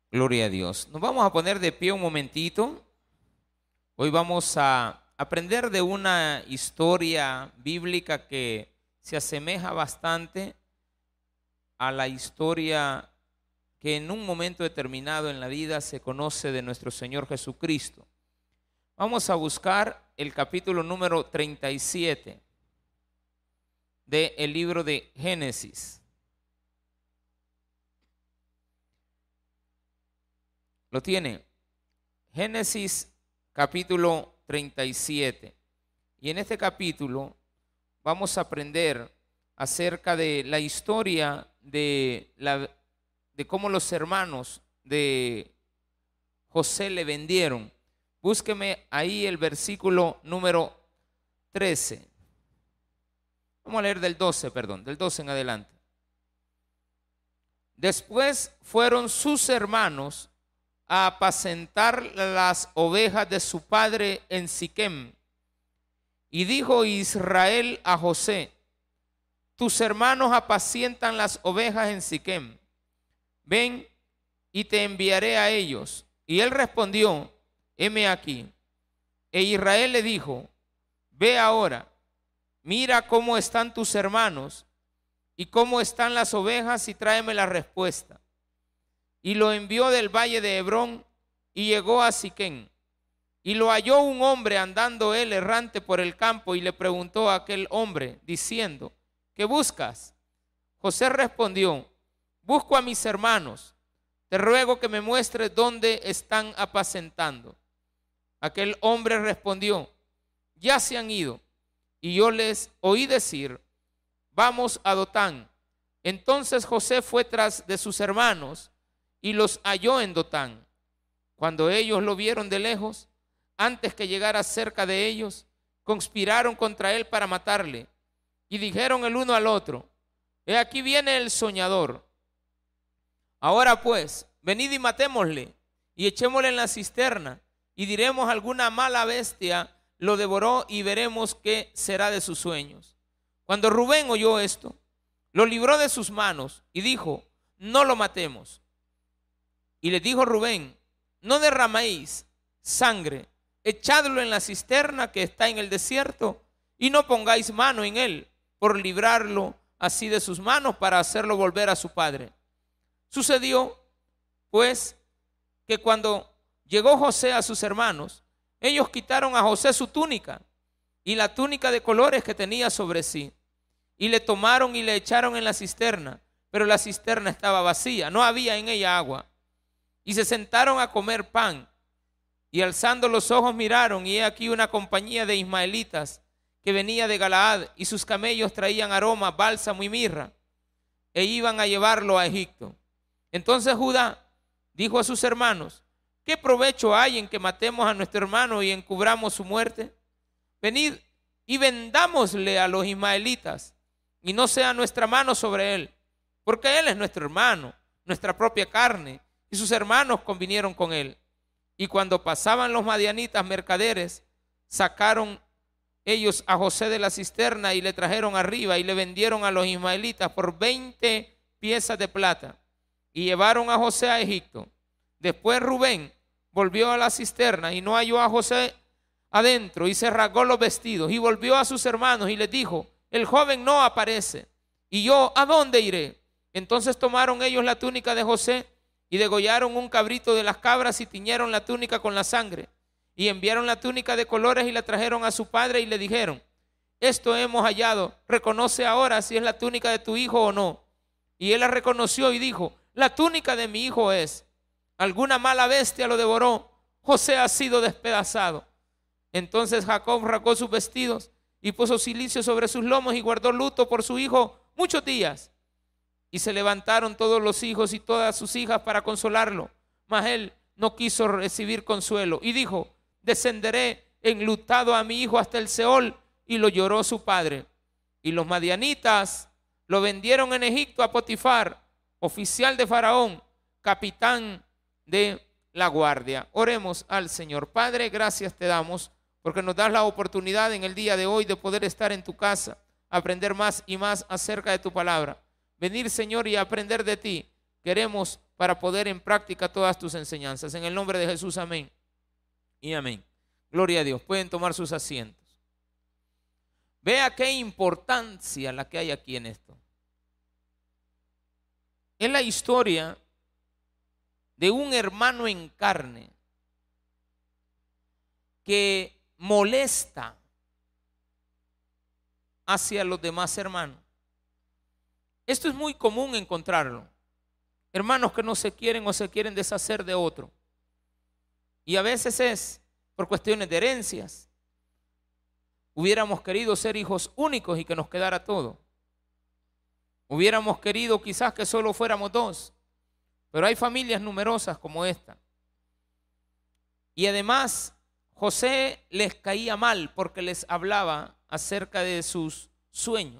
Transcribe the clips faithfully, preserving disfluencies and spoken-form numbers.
Gloria a Dios. Nos vamos a poner de pie un momentito. Hoy vamos a aprender de una historia bíblica que se asemeja bastante a la historia que en un momento determinado en la vida se conoce de nuestro Señor Jesucristo. Vamos a buscar el capítulo número treinta y siete del libro de Génesis. ¿Lo tiene? Génesis capítulo treinta y siete. Y en este capítulo vamos a aprender acerca de la historia de, la, de cómo los hermanos de José le vendieron. Búsqueme ahí el versículo número trece. Vamos a leer del doce, perdón, del doce en adelante. Después fueron sus hermanos a apacentar las ovejas de su padre en Siquem. Y dijo Israel a José: tus hermanos apacientan las ovejas en Siquem. Ven y te enviaré a ellos. Y él respondió: heme aquí. E Israel le dijo: ve ahora, mira cómo están tus hermanos y cómo están las ovejas y tráeme la respuesta. Y lo envió del valle de Hebrón y llegó a Siquem. Y lo halló un hombre andando él errante por el campo y le preguntó a aquel hombre diciendo: ¿qué buscas? José respondió: busco a mis hermanos, te ruego que me muestres dónde están apacentando. Aquel hombre respondió: ya se han ido. Y yo les oí decir: vamos a Dotán. Entonces José fue tras de sus hermanos y los halló en Dotán. Cuando ellos lo vieron de lejos, antes que llegara cerca de ellos, conspiraron contra él para matarle. Y dijeron el uno al otro: he aquí viene el soñador. Ahora pues, venid y matémosle, y echémosle en la cisterna, y diremos: alguna mala bestia lo devoró, y veremos qué será de sus sueños. Cuando Rubén oyó esto, lo libró de sus manos, y dijo: no lo matemos. Y le dijo Rubén: no derraméis sangre, echadlo en la cisterna que está en el desierto, y no pongáis mano en él, por librarlo así de sus manos, para hacerlo volver a su padre. Sucedió, pues, que cuando llegó José a sus hermanos, ellos quitaron a José su túnica y la túnica de colores que tenía sobre sí, y le tomaron y le echaron en la cisterna, pero la cisterna estaba vacía, no había en ella agua. Y se sentaron a comer pan, y alzando los ojos miraron, y he aquí una compañía de ismaelitas que venía de Galaad, y sus camellos traían aroma, bálsamo y mirra, e iban a llevarlo a Egipto. Entonces Judá dijo a sus hermanos: ¿qué provecho hay en que matemos a nuestro hermano y encubramos su muerte? Venid y vendámosle a los ismaelitas, y no sea nuestra mano sobre él, porque él es nuestro hermano, nuestra propia carne. Y sus hermanos convinieron con él. Y cuando pasaban los madianitas mercaderes, sacaron ellos a José de la cisterna y le trajeron arriba y le vendieron a los ismaelitas por veinte piezas de plata. Y llevaron a José a Egipto. Después Rubén volvió a la cisterna y no halló a José adentro, y se rasgó los vestidos y volvió a sus hermanos y les dijo: el joven no aparece, y yo ¿a dónde iré? Entonces tomaron ellos la túnica de José y degollaron un cabrito de las cabras y tiñeron la túnica con la sangre, y enviaron la túnica de colores y la trajeron a su padre y le dijeron: esto hemos hallado, reconoce ahora si es la túnica de tu hijo o no. Y él la reconoció y dijo: la túnica de mi hijo es. Alguna mala bestia lo devoró, José ha sido despedazado. Entonces Jacob rasgó sus vestidos y puso cilicio sobre sus lomos y guardó luto por su hijo muchos días. Y se levantaron todos los hijos y todas sus hijas para consolarlo, mas él no quiso recibir consuelo y dijo: descenderé enlutado a mi hijo hasta el Seol. Y lo lloró su padre. Y los madianitas lo vendieron en Egipto a Potifar, oficial de Faraón, capitán de la guardia. Oremos al Señor. Padre, gracias te damos porque nos das la oportunidad en el día de hoy de poder estar en tu casa, aprender más y más acerca de tu palabra. Venir, Señor, y aprender de ti. Queremos para poner en práctica todas tus enseñanzas. En el nombre de Jesús, amén y amén. Gloria a Dios. Pueden tomar sus asientos. Vea qué importancia la que hay aquí en esto. Es la historia de un hermano en carne que molesta hacia los demás hermanos. Esto es muy común encontrarlo. Hermanos que no se quieren o se quieren deshacer de otro. Y a veces es por cuestiones de herencias. Hubiéramos querido ser hijos únicos y que nos quedara todo. Hubiéramos querido quizás que solo fuéramos dos. Pero hay familias numerosas como esta. Y además José les caía mal porque les hablaba acerca de sus sueños.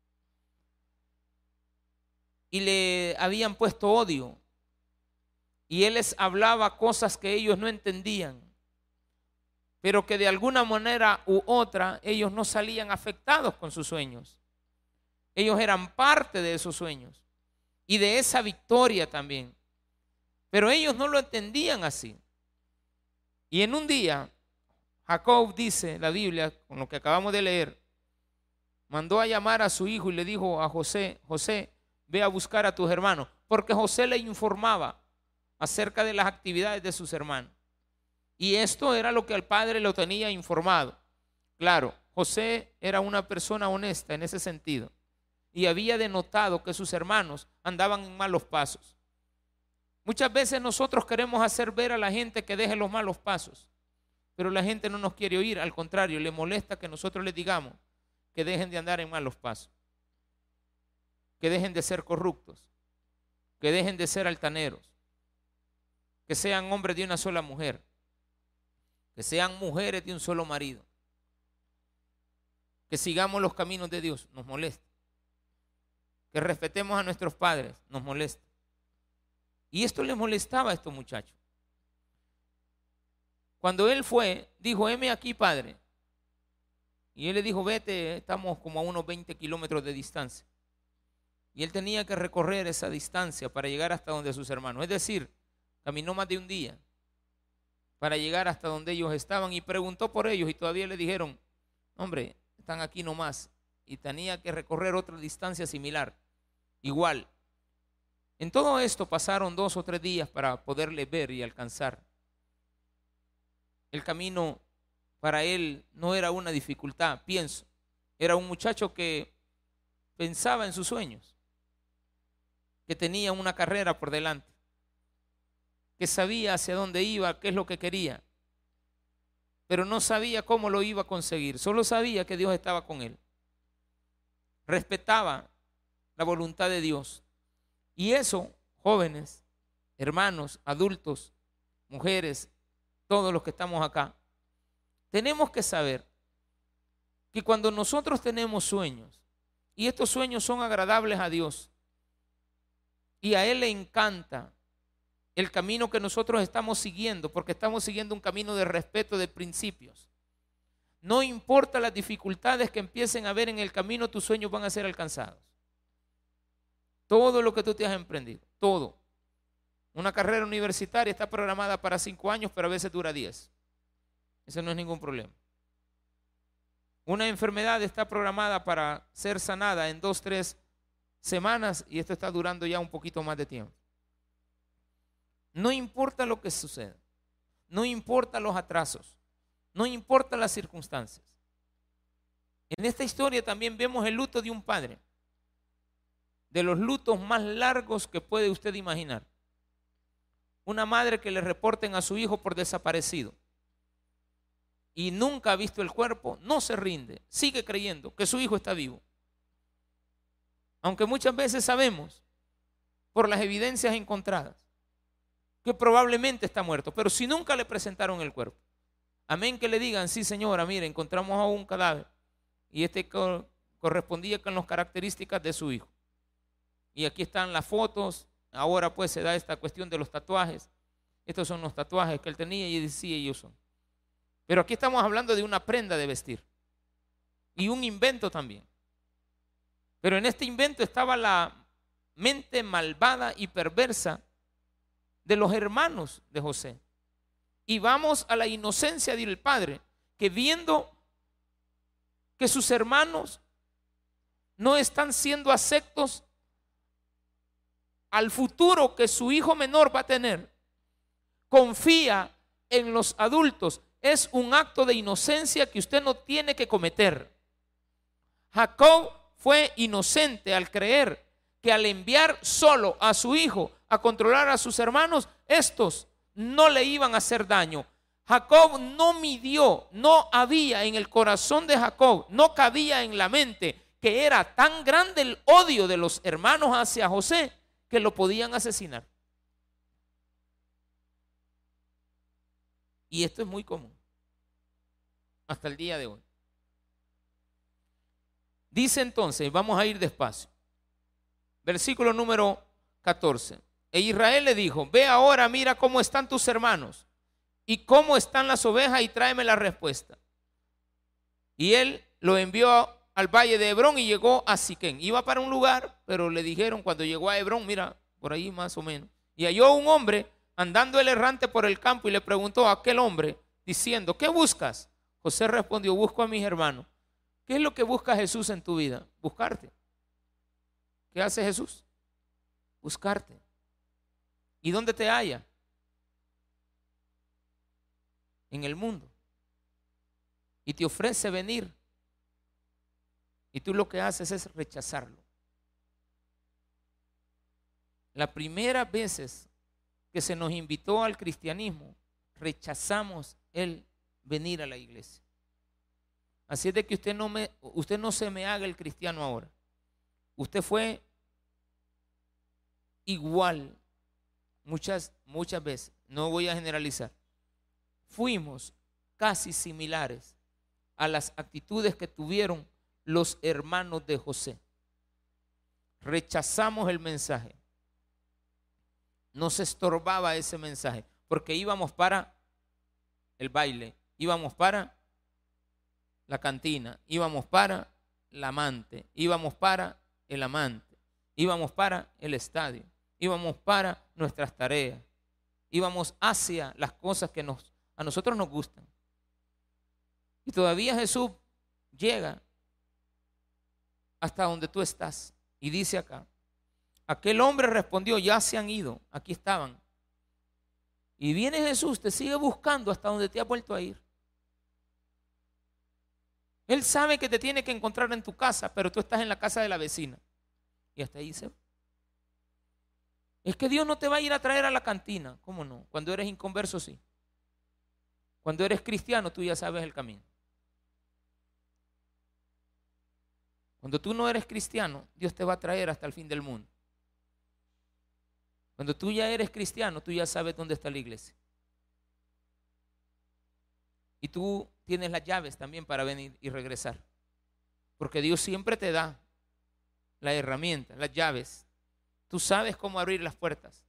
Y le habían puesto odio. Y él les hablaba cosas que ellos no entendían. Pero que de alguna manera u otra ellos no salían afectados con sus sueños. Ellos eran parte de esos sueños y de esa victoria también. Pero ellos no lo entendían así. Y en un día, Jacob, dice la Biblia, con lo que acabamos de leer, mandó a llamar a su hijo y le dijo a José: José, ve a buscar a tus hermanos. Porque José le informaba acerca de las actividades de sus hermanos. Y esto era lo que al padre lo tenía informado. Claro, José era una persona honesta en ese sentido. Y había denotado que sus hermanos andaban en malos pasos. Muchas veces nosotros queremos hacer ver a la gente que deje los malos pasos. Pero la gente no nos quiere oír. Al contrario, le molesta que nosotros les digamos que dejen de andar en malos pasos. Que dejen de ser corruptos. Que dejen de ser altaneros. Que sean hombres de una sola mujer. Que sean mujeres de un solo marido. Que sigamos los caminos de Dios. Nos molesta. Que respetemos a nuestros padres. Nos molesta. Y esto les molestaba a estos muchachos. Cuando él fue, dijo: heme aquí, padre. Y él le dijo: vete, estamos como a unos veinte kilómetros de distancia. Y él tenía que recorrer esa distancia para llegar hasta donde sus hermanos. Es decir, caminó más de un día para llegar hasta donde ellos estaban y preguntó por ellos y todavía le dijeron: hombre, están aquí nomás. Y tenía que recorrer otra distancia similar, igual. En todo esto pasaron dos o tres días para poderle ver y alcanzar. El camino para él no era una dificultad, pienso. Era un muchacho que pensaba en sus sueños, que tenía una carrera por delante, que sabía hacia dónde iba, qué es lo que quería, pero no sabía cómo lo iba a conseguir. Solo sabía que Dios estaba con él. Respetaba la voluntad de Dios. Y eso, jóvenes, hermanos, adultos, mujeres, todos los que estamos acá, tenemos que saber que cuando nosotros tenemos sueños, y estos sueños son agradables a Dios, y a Él le encanta el camino que nosotros estamos siguiendo, porque estamos siguiendo un camino de respeto de principios. No importa las dificultades que empiecen a haber en el camino, tus sueños van a ser alcanzados. Todo lo que tú te has emprendido, todo. Una carrera universitaria está programada para cinco años, pero a veces dura diez. Eso no es ningún problema. Una enfermedad está programada para ser sanada en dos, tres semanas y esto está durando ya un poquito más de tiempo. No importa lo que suceda, no importa los atrasos, no importa las circunstancias. En esta historia también vemos el luto de un padre, de los lutos más largos que puede usted imaginar. Una madre que le reporten a su hijo por desaparecido y nunca ha visto el cuerpo, no se rinde, sigue creyendo que su hijo está vivo. Aunque muchas veces sabemos por las evidencias encontradas que probablemente está muerto, pero si nunca le presentaron el cuerpo, amén, que le digan: sí, señora, mire, encontramos a un cadáver y este co- correspondía con las características de su hijo. Y aquí están las fotos. Ahora pues se da esta cuestión de los tatuajes. Estos son los tatuajes que él tenía y decía: ellos son. Pero aquí estamos hablando de una prenda de vestir y un invento también. Pero en este invento estaba la mente malvada y perversa de los hermanos de José. Y vamos a la inocencia del padre, que viendo que sus hermanos no están siendo aceptos al futuro que su hijo menor va a tener, confía en los adultos. Es un acto de inocencia que usted no tiene que cometer. Jacob fue inocente al creer que al enviar solo a su hijo a controlar a sus hermanos, estos no le iban a hacer daño. Jacob no midió, no había en el corazón de Jacob, no cabía en la mente que era tan grande el odio de los hermanos hacia José que lo podían asesinar. Y esto es muy común hasta el día de hoy. Dice entonces, vamos a ir despacio. Versículo número catorce. E Israel le dijo: ve ahora, mira cómo están tus hermanos y cómo están las ovejas y tráeme la respuesta. Y él lo envió al valle de Hebrón y llegó a Siquén. Iba para un lugar, pero le dijeron cuando llegó a Hebrón, mira, por ahí más o menos. Y halló un hombre andando el errante por el campo y le preguntó a aquel hombre diciendo: ¿qué buscas? José respondió: busco a mis hermanos. ¿Qué es lo que busca Jesús en tu vida? Buscarte. ¿Qué hace Jesús? Buscarte. ¿Y dónde te halla? En el mundo. Y te ofrece venir. Y tú lo que haces es rechazarlo. Las primeras veces que se nos invitó al cristianismo, rechazamos el venir a la iglesia. Así es de que usted no, me, usted no se me haga el cristiano ahora. Usted fue igual muchas, muchas veces, no voy a generalizar. Fuimos casi similares a las actitudes que tuvieron los hermanos de José. Rechazamos el mensaje. Nos estorbaba ese mensaje porque íbamos para el baile, íbamos para la cantina, íbamos para la amante, íbamos para el amante, íbamos para el estadio, íbamos para nuestras tareas, íbamos hacia las cosas que nos, a nosotros nos gustan. Y todavía Jesús llega hasta donde tú estás y dice acá: aquel hombre respondió: ya se han ido, aquí estaban. Y viene Jesús, te sigue buscando hasta donde te ha vuelto a ir. Él sabe que te tiene que encontrar en tu casa, pero tú estás en la casa de la vecina. Y hasta ahí se va. Es que Dios no te va a ir a traer a la cantina. ¿Cómo no? Cuando eres inconverso, sí. Cuando eres cristiano, tú ya sabes el camino. Cuando tú no eres cristiano, Dios te va a traer hasta el fin del mundo. Cuando tú ya eres cristiano, tú ya sabes dónde está la iglesia. Y tú tienes las llaves también para venir y regresar. Porque Dios siempre te da la herramienta, las llaves. Tú sabes cómo abrir las puertas.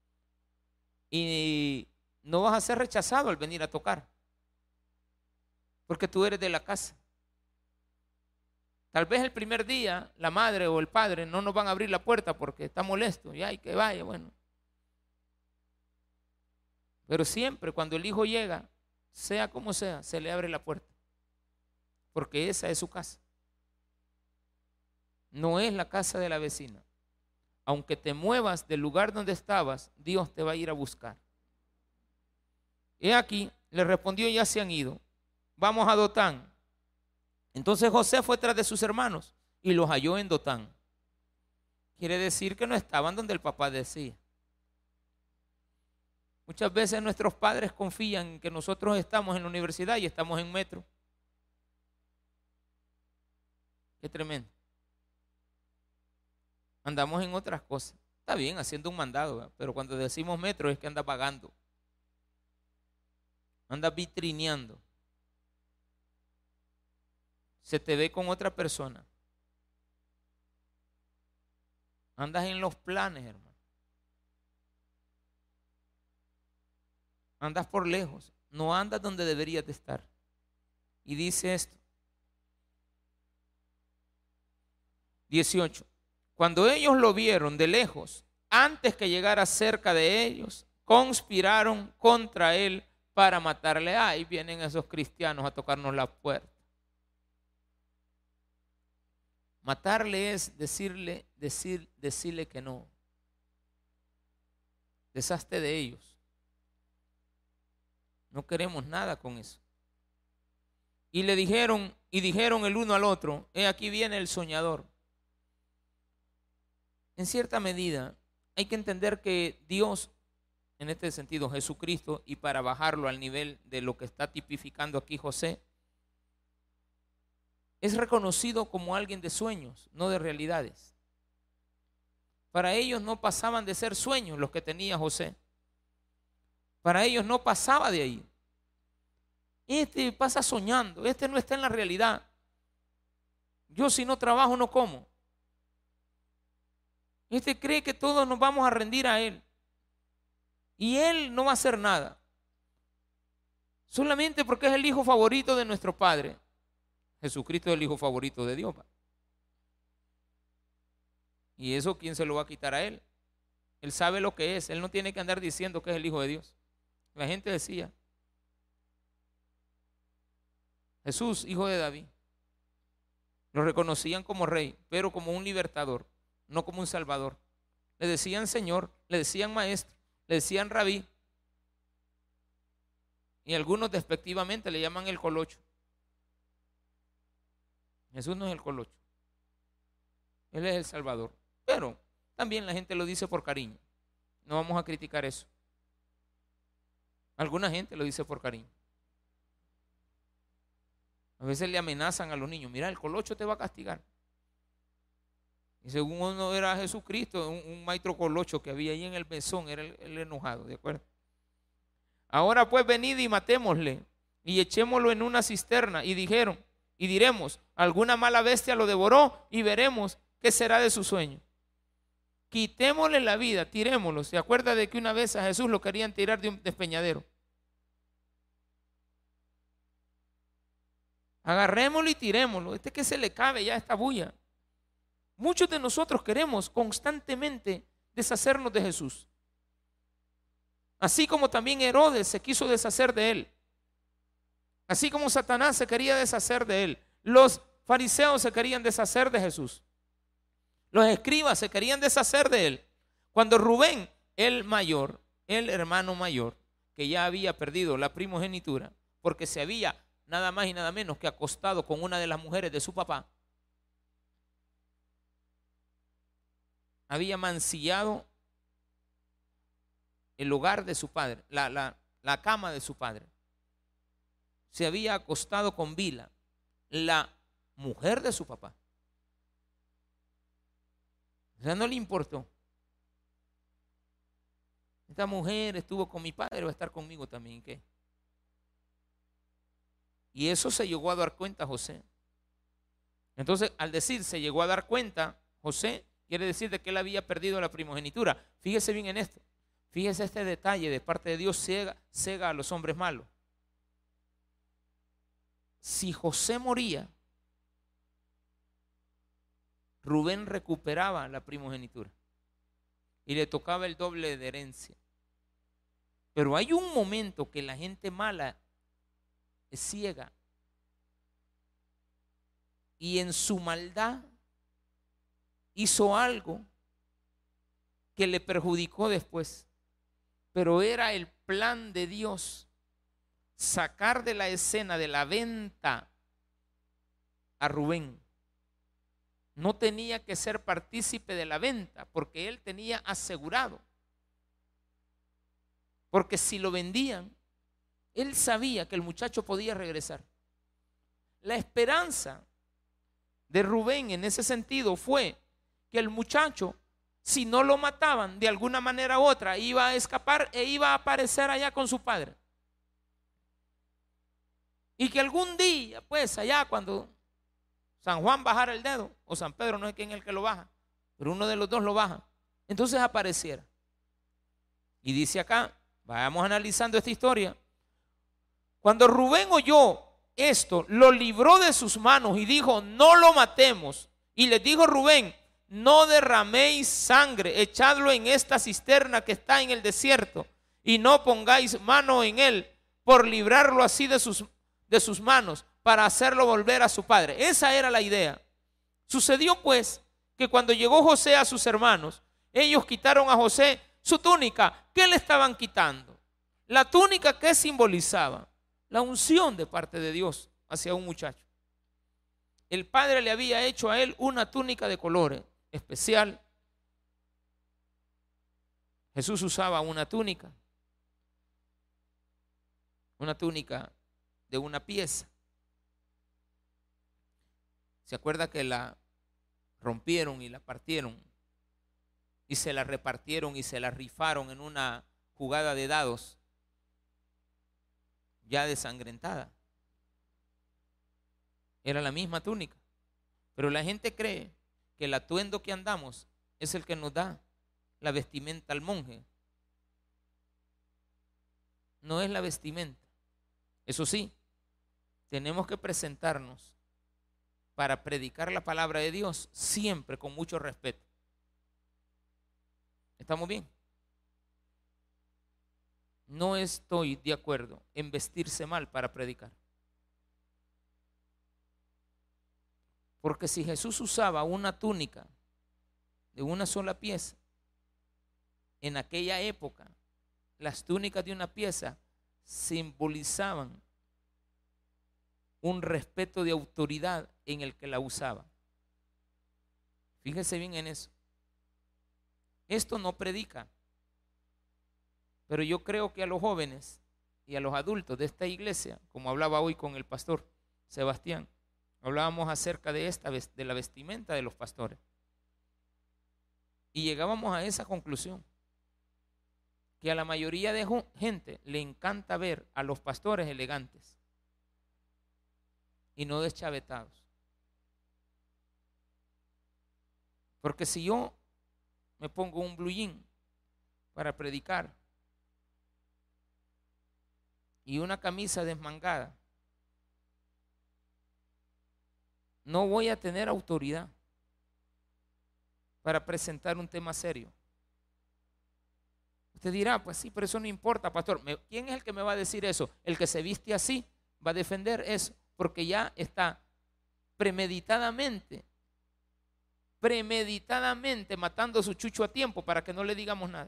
Y no vas a ser rechazado al venir a tocar. Porque tú eres de la casa. Tal vez el primer día la madre o el padre no nos van a abrir la puerta porque está molesto. Y hay que vaya, bueno. Pero siempre cuando el hijo llega, sea como sea, se le abre la puerta. Porque esa es su casa. No es la casa de la vecina. Aunque te muevas del lugar donde estabas, Dios te va a ir a buscar. He aquí, le respondió: ya se han ido. Vamos a Dotán. Entonces José fue tras de sus hermanos y los halló en Dotán. Quiere decir que no estaban donde el papá decía. Muchas veces nuestros padres confían en que nosotros estamos en la universidad y estamos en metro. Qué tremendo. Andamos en otras cosas. Está bien, haciendo un mandado, ¿verdad? Pero cuando decimos metro es que anda pagando. Anda vitrineando. Se te ve con otra persona. Andas en los planes, hermano. Andas por lejos. No andas donde deberías de estar. Y dice esto. dieciocho. Cuando ellos lo vieron de lejos, antes que llegara cerca de ellos, conspiraron contra él para matarle. Ahí vienen esos cristianos a tocarnos la puerta. Matarle es decirle, decir, decirle que no. Deshazte de ellos. No queremos nada con eso. Y le dijeron, y dijeron el uno al otro, he aquí viene el soñador. En cierta medida, hay que entender que Dios, en este sentido Jesucristo, y para bajarlo al nivel de lo que está tipificando aquí José, es reconocido como alguien de sueños, no de realidades. Para ellos no pasaban de ser sueños los que tenía José. Para ellos no pasaba de ahí. Este pasa soñando, este no está en la realidad. Yo si no trabajo no como. Este cree que todos nos vamos a rendir a él. Y él no va a hacer nada. Solamente porque es el hijo favorito de nuestro Padre. Jesucristo es el hijo favorito de Dios. Y eso, ¿quién se lo va a quitar a él? Él sabe lo que es. Él no tiene que andar diciendo que es el hijo de Dios. La gente decía, Jesús, hijo de David. Lo reconocían como rey, pero como un libertador, no como un salvador. Le decían Señor, le decían Maestro, le decían Rabí. Y algunos despectivamente le llaman el colocho. Jesús no es el colocho. Él es el Salvador. Pero también la gente lo dice por cariño. No vamos a criticar eso. Alguna gente lo dice por cariño. A veces le amenazan a los niños. Mira, el colocho te va a castigar. Y según uno era Jesucristo, un, un maestro colocho que había ahí en el mesón, era el, el enojado, ¿de acuerdo? Ahora pues venid y matémosle y echémoslo en una cisterna. Y dijeron, y diremos, alguna mala bestia lo devoró y veremos qué será de su sueño. Quitémosle la vida, tirémoslo. ¿Se acuerda de que una vez a Jesús lo querían tirar de un despeñadero? Agarrémoslo y tirémoslo. Este que se le cabe ya esta bulla. Muchos de nosotros queremos constantemente deshacernos de Jesús. Así como también Herodes se quiso deshacer de él. Así como Satanás se quería deshacer de él. Los fariseos se querían deshacer de Jesús. Los escribas se querían deshacer de él. Cuando Rubén, el mayor, el hermano mayor, que ya había perdido la primogenitura, porque se había nada más y nada menos que acostado con una de las mujeres de su papá, había mancillado el hogar de su padre, la, la, la cama de su padre. Se había acostado con Bila, la mujer de su papá. O sea, no le importó. Esta mujer estuvo con mi padre, va a estar conmigo también. ¿Qué? Y eso se llegó a dar cuenta José. Entonces, al decir se llegó a dar cuenta José, quiere decir de que él había perdido la primogenitura. Fíjese bien en esto. Fíjese este detalle de parte de Dios, cega, cega a los hombres malos. Si José moría, Rubén recuperaba la primogenitura y le tocaba el doble de herencia. Pero hay un momento que la gente mala es ciega y en su maldad hizo algo que le perjudicó después. Pero era el plan de Dios sacar de la escena de la venta a Rubén. No tenía que ser partícipe de la venta porque él tenía asegurado. Porque si lo vendían, él sabía que el muchacho podía regresar. La esperanza de Rubén en ese sentido fue que el muchacho, si no lo mataban de alguna manera u otra, iba a escapar e iba a aparecer allá con su padre. Y que algún día, pues allá cuando San Juan bajara el dedo, o San Pedro, no sé quién es el que lo baja, pero uno de los dos lo baja, entonces apareciera. Y dice acá, vayamos analizando esta historia. Cuando Rubén oyó esto, lo libró de sus manos y dijo, no lo matemos. Y les dijo Rubén, no derraméis sangre, echadlo en esta cisterna que está en el desierto. y no pongáis mano en él por librarlo así de sus, de sus manos, para hacerlo volver a su padre. Esa era la idea. Sucedió pues que cuando llegó José a sus hermanos, ellos quitaron a José su túnica. ¿Qué le estaban quitando? La túnica que simbolizaba la unción de parte de Dios hacia un muchacho. El padre le había hecho a él una túnica de colores especial. Jesús usaba una túnica, una túnica de una pieza. ¿Se acuerda que la rompieron y la partieron y se la repartieron y se la rifaron en una jugada de dados ya desangrentada? Era la misma túnica, pero la gente cree que el atuendo que andamos es el que nos da la vestimenta al monje. No es la vestimenta. Eso sí, tenemos que presentarnos para predicar la palabra de Dios siempre con mucho respeto. ¿Estamos bien? No estoy de acuerdo en vestirse mal para predicar. Porque si Jesús usaba una túnica de una sola pieza, en aquella época las túnicas de una pieza simbolizaban un respeto de autoridad en el que la usaba. Fíjese bien en eso. Esto no predica, pero yo creo que a los jóvenes y a los adultos de esta iglesia, como hablaba hoy con el pastor Sebastián, hablábamos acerca de esta, de la vestimenta de los pastores, y llegábamos a esa conclusión, que a la mayoría de gente le encanta ver a los pastores elegantes y no deschavetados. Porque si yo me pongo un blue jean para predicar y una camisa desmangada, no voy a tener autoridad para presentar un tema serio. Usted dirá, pues sí, pero eso no importa, pastor. ¿Quién es el que me va a decir eso? El que se viste así va a defender eso, porque ya está premeditadamente, premeditadamente matando a su chucho a tiempo para que no le digamos nada.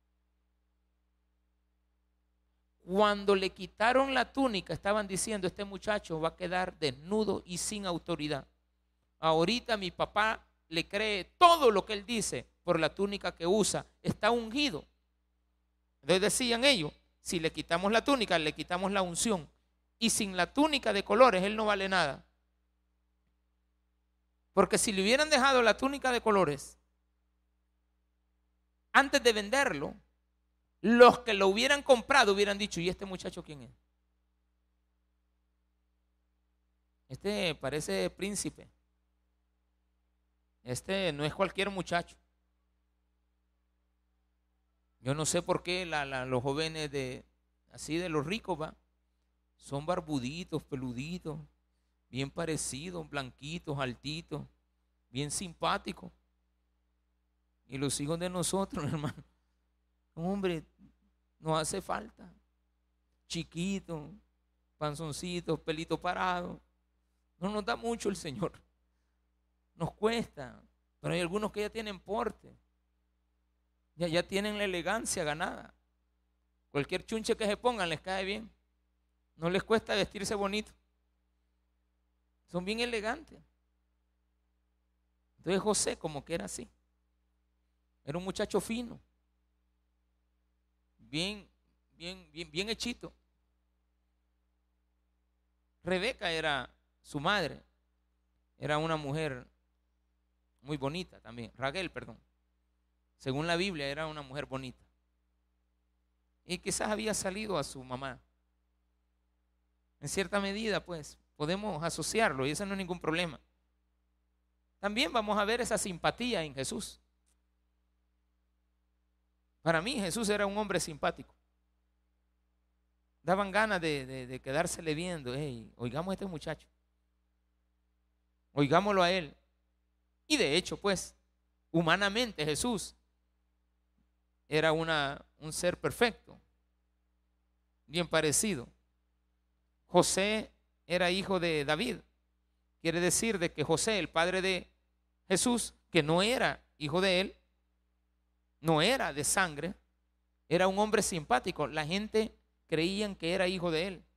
Cuando le quitaron la túnica, estaban diciendo, este muchacho va a quedar desnudo y sin autoridad. Ahorita mi papá le cree todo lo que él dice por la túnica que usa, está ungido. Entonces decían ellos, si le quitamos la túnica, le quitamos la unción, y sin la túnica de colores él no vale nada. Porque si le hubieran dejado la túnica de colores antes de venderlo, los que lo hubieran comprado hubieran dicho, ¿y este muchacho quién es? Este parece príncipe. Este no es cualquier muchacho. Yo no sé por qué la, la, los jóvenes de así de los ricos va, son barbuditos, peluditos, bien parecidos, blanquitos, altitos, bien simpáticos. Y los hijos de nosotros, hermano, hombre, nos hace falta. Chiquitos, panzoncitos, pelito parado. No nos da mucho el Señor. Nos cuesta, pero hay algunos que ya tienen porte. Ya, ya tienen la elegancia ganada. Cualquier chunche que se pongan les cae bien. No les cuesta vestirse bonito. Son bien elegantes. Entonces José como que era así. Era un muchacho fino. Bien, bien, bien, bien hechito. Rebeca era su madre. Era una mujer muy bonita también. Raquel, perdón. Según la Biblia era una mujer bonita. Y quizás había salido a su mamá. En cierta medida, pues, podemos asociarlo y eso no es ningún problema. También vamos a ver esa simpatía en Jesús. Para mí Jesús era un hombre simpático. Daban ganas de, de, de quedársele viendo. Hey, oigamos a este muchacho. Oigámoslo a él. Y de hecho, pues, humanamente Jesús era una, un ser perfecto. bien parecido. José era hijo de David. Quiere decir de que José, el padre de Jesús, que no era hijo de él, no era de sangre, era un hombre simpático. La gente creían que era hijo de él.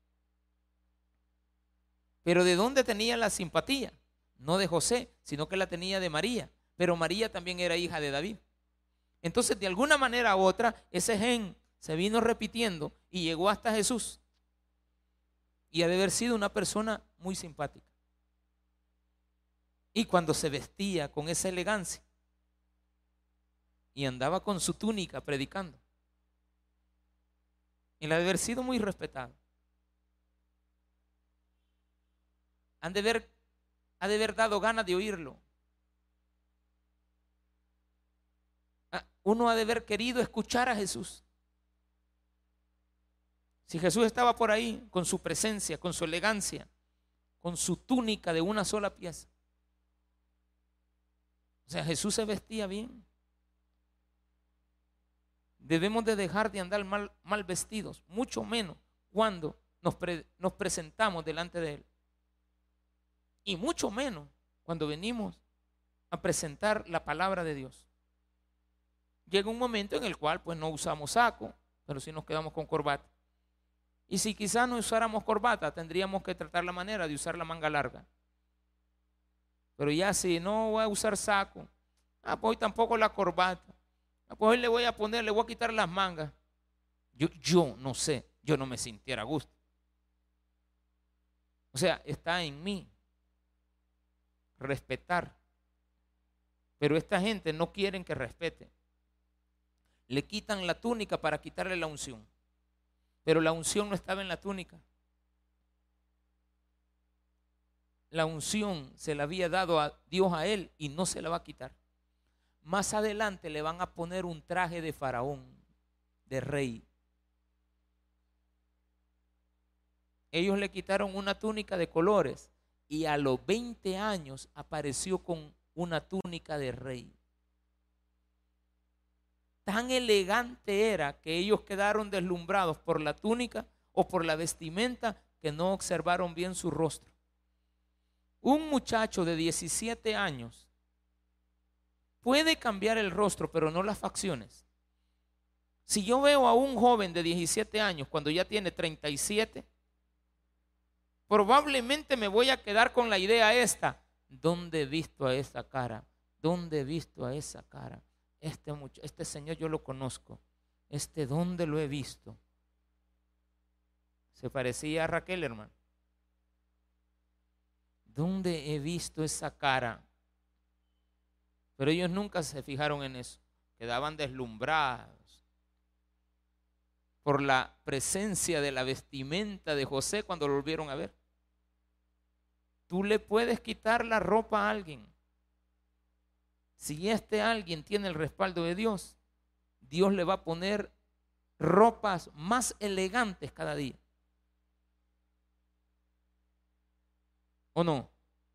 Pero ¿de dónde tenía la simpatía? No de José, sino que la tenía de María. Pero María también era hija de David. Entonces, de alguna manera u otra, ese gen se vino repitiendo y llegó hasta Jesús. Y ha de haber sido una persona muy simpática. Y cuando se vestía con esa elegancia y andaba con su túnica predicando, él ha de haber sido muy respetado. Han de haber, ha de haber dado ganas de oírlo. Uno ha de haber querido escuchar a Jesús. Si Jesús estaba por ahí con su presencia, con su elegancia, con su túnica de una sola pieza. O sea, Jesús se vestía bien. Debemos de dejar de andar mal, mal vestidos, mucho menos cuando nos, pre, nos presentamos delante de Él. Y mucho menos cuando venimos a presentar la palabra de Dios. Llega un momento en el cual pues no usamos saco, pero sí nos quedamos con corbata. Y si quizás no usáramos corbata, tendríamos que tratar la manera de usar la manga larga. Pero ya si no voy a usar saco, ah, pues hoy tampoco la corbata. Ah, pues hoy le voy a poner, le voy a quitar las mangas. Yo, yo no sé, yo no me sintiera a gusto. O sea, está en mí respetar. Pero esta gente no quieren que respete. Le quitan la túnica para quitarle la unción. Pero la unción no estaba en la túnica. La unción se la había dado a Dios a él y no se la va a quitar. Más adelante le van a poner un traje de faraón, de rey. Ellos le quitaron una túnica de colores y a los veinte años apareció con una túnica de rey. Tan elegante era que ellos quedaron deslumbrados por la túnica o por la vestimenta que no observaron bien su rostro. Un muchacho de diecisiete años puede cambiar el rostro, pero no las facciones. Si yo veo a un joven de diecisiete años cuando ya tiene treinta y siete, probablemente me voy a quedar con la idea esta: ¿dónde he visto a esa cara? ¿Dónde he visto a esa cara? Este, este señor yo lo conozco. Este, ¿dónde lo he visto? Se parecía a Raquel, hermano. ¿Dónde he visto esa cara? Pero ellos nunca se fijaron en eso. Quedaban deslumbrados por la presencia de la vestimenta de José cuando lo volvieron a ver. Tú le puedes quitar la ropa a alguien. Si este alguien tiene el respaldo de Dios, Dios le va a poner ropas más elegantes cada día. ¿O no?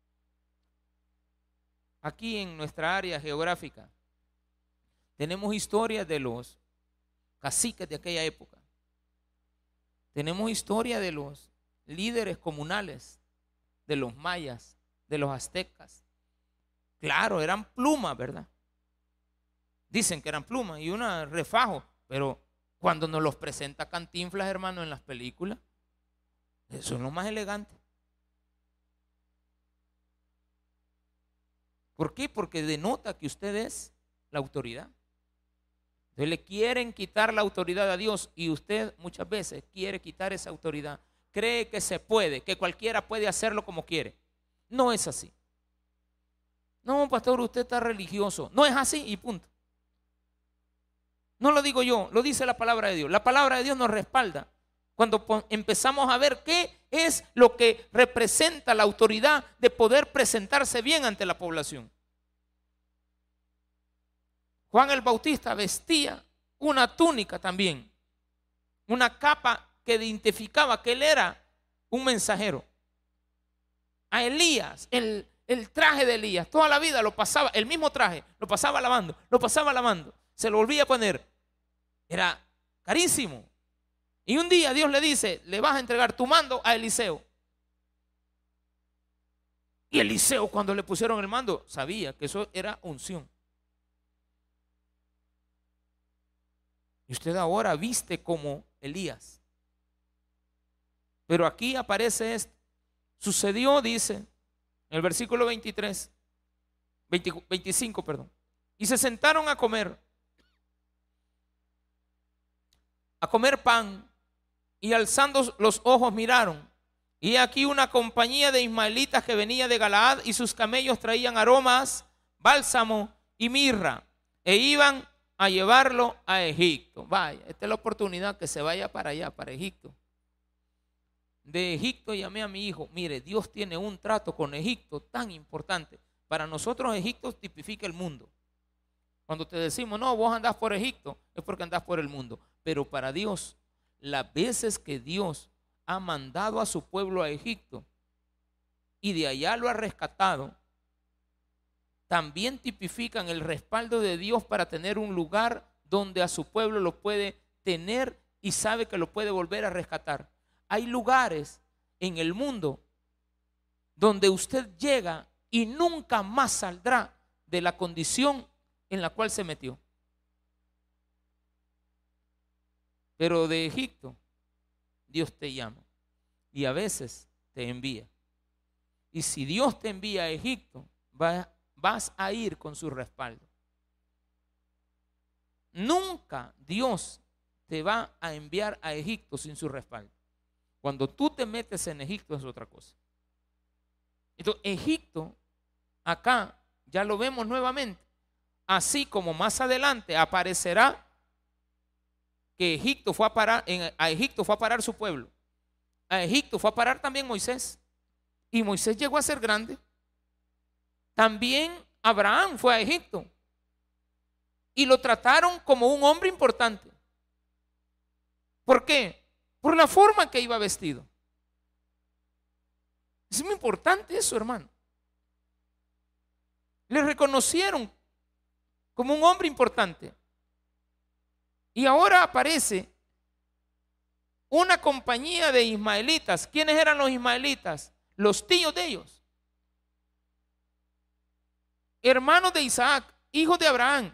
Aquí en nuestra área geográfica tenemos historias de los caciques de aquella época. Tenemos historia de los líderes comunales, de los mayas, de los aztecas. Claro, eran plumas, ¿verdad? Dicen que eran plumas y una refajo, pero cuando nos los presenta Cantinflas, hermano, en las películas, eso es lo más elegante. ¿Por qué? Porque denota que usted es la autoridad. Entonces le quieren quitar la autoridad a Dios y usted muchas veces quiere quitar esa autoridad. Cree que se puede, que cualquiera puede hacerlo como quiere. No es así. No, pastor, usted está religioso. No es así y punto. No lo digo yo, lo dice la palabra de Dios. La palabra de Dios nos respalda cuando empezamos a ver qué es lo que representa la autoridad de poder presentarse bien ante la población. Juan el Bautista vestía una túnica también, una capa que identificaba que él era un mensajero. A Elías, el El traje de Elías, toda la vida lo pasaba, el mismo traje, lo pasaba lavando, lo pasaba lavando, se lo volvía a poner. Era carísimo. Y un día Dios le dice, le vas a entregar tu mando a Eliseo. Y Eliseo, cuando le pusieron el mando, sabía que eso era unción. Y usted ahora viste como Elías. Pero aquí aparece esto. Sucedió, dice, en el versículo veintitrés, veinte, veinticinco, perdón. Y se sentaron a comer, a comer pan, y alzando los ojos miraron. Y aquí una compañía de ismaelitas que venía de Galaad, y sus camellos traían aromas, bálsamo y mirra, e iban a llevarlo a Egipto. Vaya, esta es la oportunidad que se vaya para allá, para Egipto. De Egipto llamé a mi hijo. Mire, Dios tiene un trato con Egipto tan importante. Para nosotros Egipto tipifica el mundo. Cuando te decimos, no, vos andás por Egipto, es porque andás por el mundo. Pero para Dios, las veces que Dios ha mandado a su pueblo a Egipto y de allá lo ha rescatado, también tipifican el respaldo de Dios para tener un lugar donde a su pueblo lo puede tener y sabe que lo puede volver a rescatar. Hay lugares en el mundo donde usted llega y nunca más saldrá de la condición en la cual se metió. Pero de Egipto, Dios te llama y a veces te envía. Y si Dios te envía a Egipto, vas a ir con su respaldo. Nunca Dios te va a enviar a Egipto sin su respaldo. Cuando tú te metes en Egipto es otra cosa. Entonces, Egipto, acá ya lo vemos nuevamente. Así como más adelante aparecerá que Egipto fue a parar, en, a Egipto fue a parar su pueblo. A Egipto fue a parar también Moisés. Y Moisés llegó a ser grande. También Abraham fue a Egipto. Y lo trataron como un hombre importante. ¿Por qué? Por la forma que iba vestido. Es muy importante eso, hermano. Le reconocieron como un hombre importante. Y ahora aparece una compañía de ismaelitas. ¿Quiénes eran los ismaelitas? Los tíos de ellos. Hermanos de Isaac, hijos de Abraham.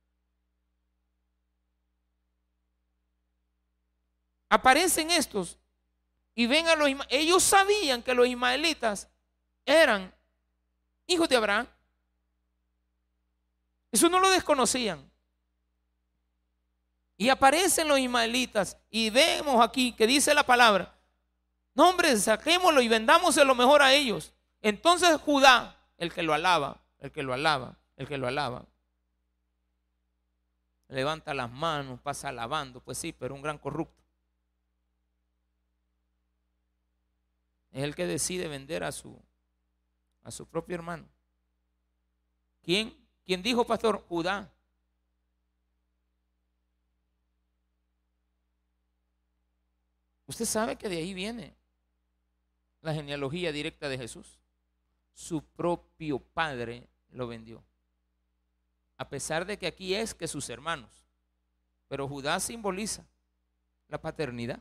Aparecen estos y ven a los ismaelitas. Ellos sabían que los ismaelitas eran hijos de Abraham. Eso no lo desconocían. Y aparecen los ismaelitas y vemos aquí que dice la palabra, no hombre, saquémoslo y vendámoselo mejor a ellos. Entonces Judá, el que lo alaba, el que lo alaba, el que lo alaba, levanta las manos, pasa alabando, pues sí, pero un gran corrupto. Es el que decide vender a su, a su propio hermano. ¿Quién? ¿Quién dijo, pastor? Judá. Usted sabe que de ahí viene la genealogía directa de Jesús. Su propio padre lo vendió. A pesar de que aquí es que sus hermanos. Pero Judá simboliza la paternidad.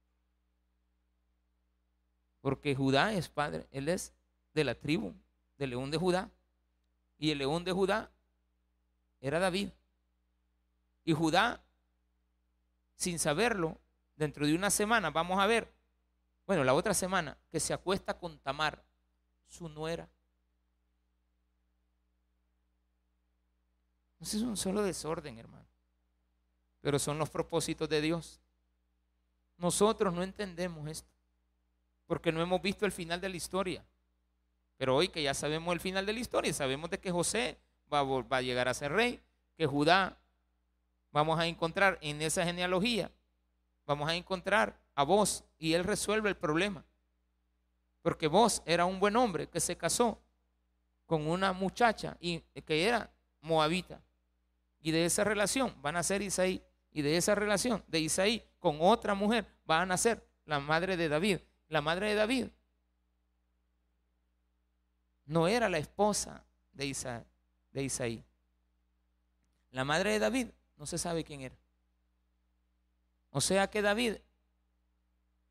Porque Judá es padre, él es de la tribu del león de Judá. Y el león de Judá era David. Y Judá, sin saberlo, dentro de una semana vamos a ver, bueno, la otra semana, que se acuesta con Tamar, su nuera. No es un solo desorden, hermano, pero son los propósitos de Dios. Nosotros no entendemos esto, porque no hemos visto el final de la historia. Pero hoy que ya sabemos el final de la historia, sabemos de que José va a, va a llegar a ser rey, que Judá, vamos a encontrar en esa genealogía, vamos a encontrar a Boz y él resuelve el problema. Porque Boz era un buen hombre que se casó con una muchacha y, que era moabita. Y de esa relación van a nacer Isaí. Y de esa relación de Isaí con otra mujer va a nacer la madre de David. La madre de David no era la esposa de Isaí, de Isaí. La madre de David no se sabe quién era. O sea que David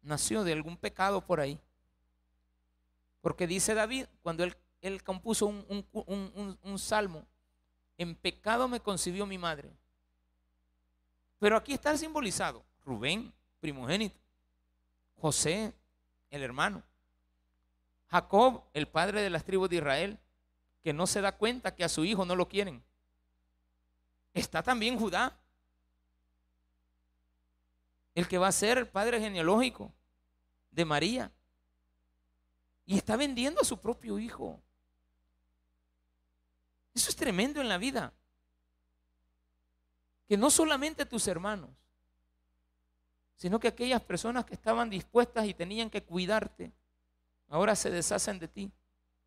nació de algún pecado por ahí. Porque dice David, cuando él, él compuso un, un, un, un, un salmo, en pecado me concibió mi madre. Pero aquí está simbolizado Rubén, primogénito, José, el hermano, Jacob, el padre de las tribus de Israel, que no se da cuenta que a su hijo no lo quieren. Está también Judá, el que va a ser el padre genealógico de María, y está vendiendo a su propio hijo. Eso es tremendo en la vida, que no solamente tus hermanos, sino que aquellas personas que estaban dispuestas y tenían que cuidarte, ahora se deshacen de ti.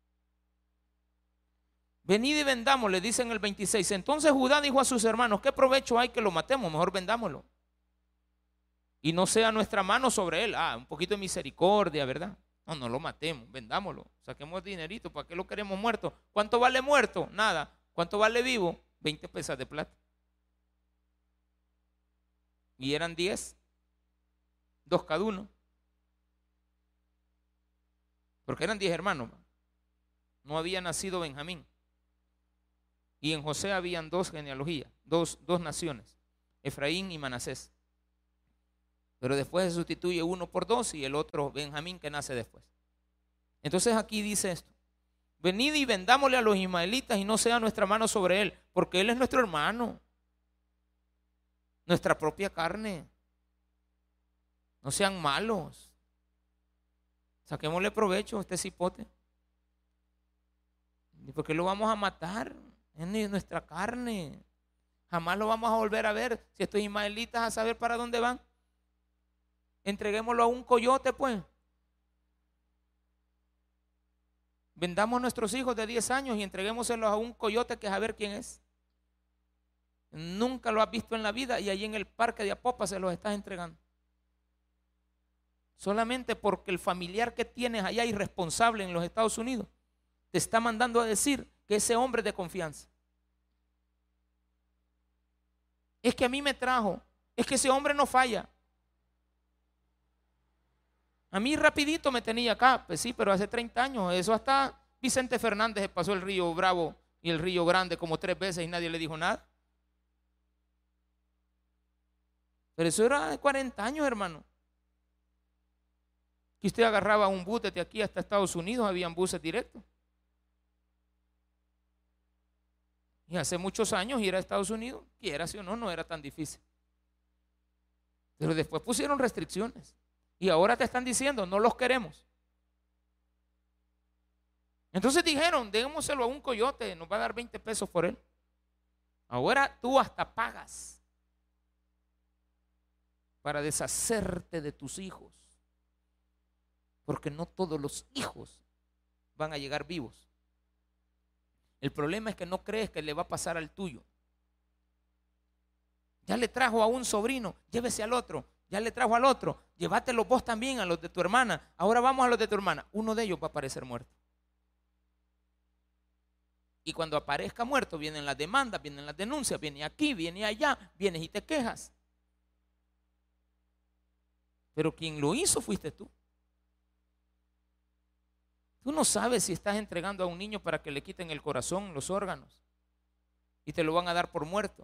Venid y vendamos, le dicen el veintiséis. Entonces Judá dijo a sus hermanos: ¿qué provecho hay que lo matemos? Mejor vendámoslo, y no sea nuestra mano sobre él. Ah, un poquito de misericordia, ¿verdad? No, no lo matemos, vendámoslo, saquemos dinerito. ¿Para qué lo queremos muerto? ¿Cuánto vale muerto? Nada. ¿Cuánto vale vivo? veinte pesas de plata. Y eran diez, dos cada uno, porque eran diez hermanos. No había nacido Benjamín. Y en José habían dos genealogías, dos, dos naciones, Efraín y Manasés. Pero después se sustituye uno por dos y el otro Benjamín, que nace después. Entonces aquí dice esto: venid y vendámosle a los ismaelitas y no sea nuestra mano sobre él, porque él es nuestro hermano, nuestra propia carne. No sean malos, saquémosle provecho a este cipote. ¿Y por qué lo vamos a matar? Es nuestra carne, jamás lo vamos a volver a ver. Si estos ismaelitas, a saber para dónde van. Entreguémoslo a un coyote, pues. Vendamos nuestros hijos de diez años y entreguémoselos a un coyote que a saber quién es. Nunca lo has visto en la vida y allí en el parque de Apopa se los estás entregando. Solamente porque el familiar que tienes allá, irresponsable en los Estados Unidos, te está mandando a decir que ese hombre es de confianza. Es que a mí me trajo, es que ese hombre no falla. A mí rapidito me tenía acá, pues sí, pero hace treinta años, eso hasta Vicente Fernández pasó el Río Bravo y el Río Grande como tres veces y nadie le dijo nada. Pero eso era de cuarenta años, hermano. Que usted agarraba un bus desde aquí hasta Estados Unidos, habían buses directos. Y hace muchos años ir a Estados Unidos, quiera sí o no, no era tan difícil. Pero después pusieron restricciones. Y ahora te están diciendo, no los queremos. Entonces dijeron, démoselo a un coyote, nos va a dar veinte pesos por él. Ahora tú hasta pagas para deshacerte de tus hijos. Porque no todos los hijos van a llegar vivos. El problema es que no crees que le va a pasar al tuyo. Ya le trajo a un sobrino, llévese al otro. Ya le trajo al otro, llévatelo vos también a los de tu hermana. Ahora vamos a los de tu hermana. Uno de ellos va a aparecer muerto. Y cuando aparezca muerto, vienen las demandas, vienen las denuncias, viene aquí, viene allá, vienes y te quejas. Pero quien lo hizo fuiste tú. Tú no sabes si estás entregando a un niño para que le quiten el corazón, los órganos, y te lo van a dar por muerto.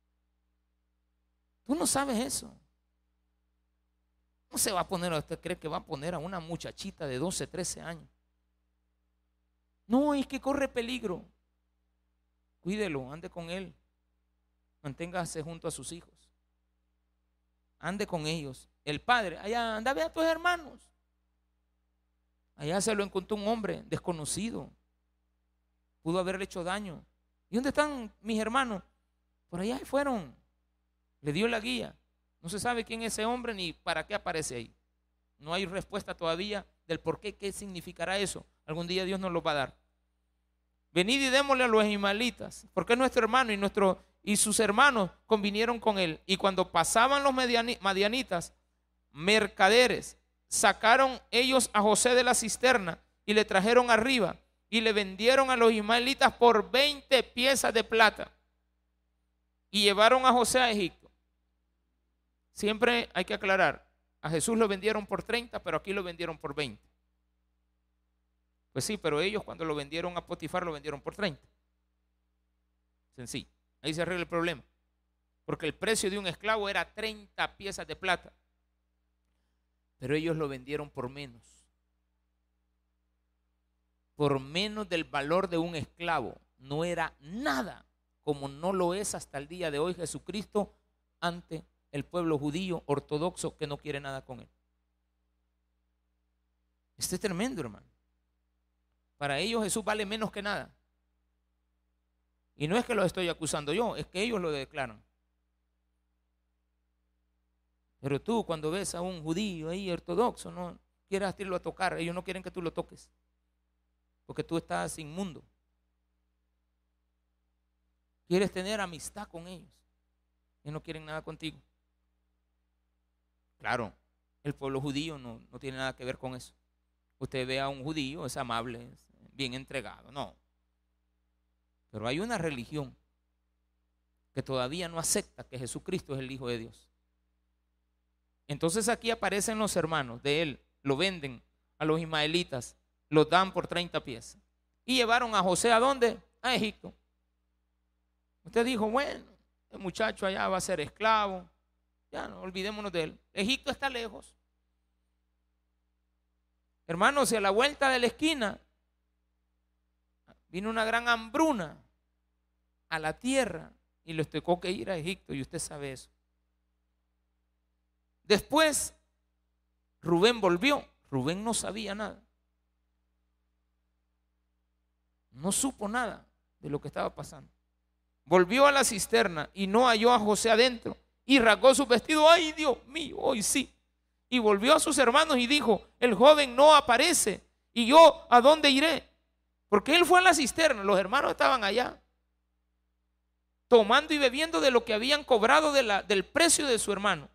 Tú no sabes eso. No se va a poner, usted cree que va a poner a una muchachita de doce, trece años. No, es que corre peligro. Cuídelo, ande con él. Manténgase junto a sus hijos. Ande con ellos. El padre, allá anda a ver a tus hermanos. Allá se lo encontró un hombre desconocido. Pudo haberle hecho daño. ¿Y dónde están mis hermanos? Por allá fueron. Le dio la guía. No se sabe quién es ese hombre ni para qué aparece ahí. No hay respuesta todavía del por qué, qué significará eso. Algún día Dios nos lo va a dar. Venid y démosle a los ismaelitas, porque nuestro hermano y, nuestro, y sus hermanos convinieron con él. Y cuando pasaban los madianitas, mercaderes, sacaron ellos a José de la cisterna y le trajeron arriba y le vendieron a los ismaelitas por veinte piezas de plata y llevaron a José a Egipto. Siempre hay que aclarar, A Jesús lo vendieron por treinta, pero aquí lo vendieron por veinte. Pues sí, pero ellos cuando lo vendieron a Potifar lo vendieron por treinta. Sencillo. Ahí se arregla el problema. Porque el precio de un esclavo era treinta piezas de plata. Pero ellos lo vendieron por menos. Por menos del valor de un esclavo. No era nada, como no lo es hasta el día de hoy Jesucristo ante el pueblo judío ortodoxo que no quiere nada con él. Esto es tremendo, hermano. Para ellos Jesús vale menos que nada. Y no es que lo estoy acusando yo, es que ellos lo declaran. Pero tú cuando ves a un judío ahí ortodoxo, no quieres irlo a tocar, ellos no quieren que tú lo toques, porque tú estás inmundo. Quieres tener amistad con ellos y no quieren nada contigo. Claro, el pueblo judío no, no tiene nada que ver con eso. Usted ve a un judío, es amable, es bien entregado, no. Pero hay una religión que todavía no acepta que Jesucristo es el Hijo de Dios. Entonces aquí aparecen los hermanos de él, lo venden a los ismaelitas, los dan por treinta piezas. Y llevaron a José ¿a dónde? A Egipto. Usted dijo, bueno, el muchacho allá va a ser esclavo, ya no olvidémonos de él. Egipto está lejos. Hermanos, y a la vuelta de la esquina vino una gran hambruna a la tierra y les tocó que ir a Egipto, y usted sabe eso. Después Rubén volvió. Rubén no sabía nada. No supo nada de lo que estaba pasando. Volvió a la cisterna y no halló a José adentro, y rasgó su vestido. ¡Ay, Dios mío! Hoy sí. Y volvió a sus hermanos y dijo, el joven no aparece, y yo ¿a dónde iré? Porque él fue a la cisterna, los hermanos estaban allá, tomando y bebiendo de lo que habían cobrado de la, del precio de su hermano.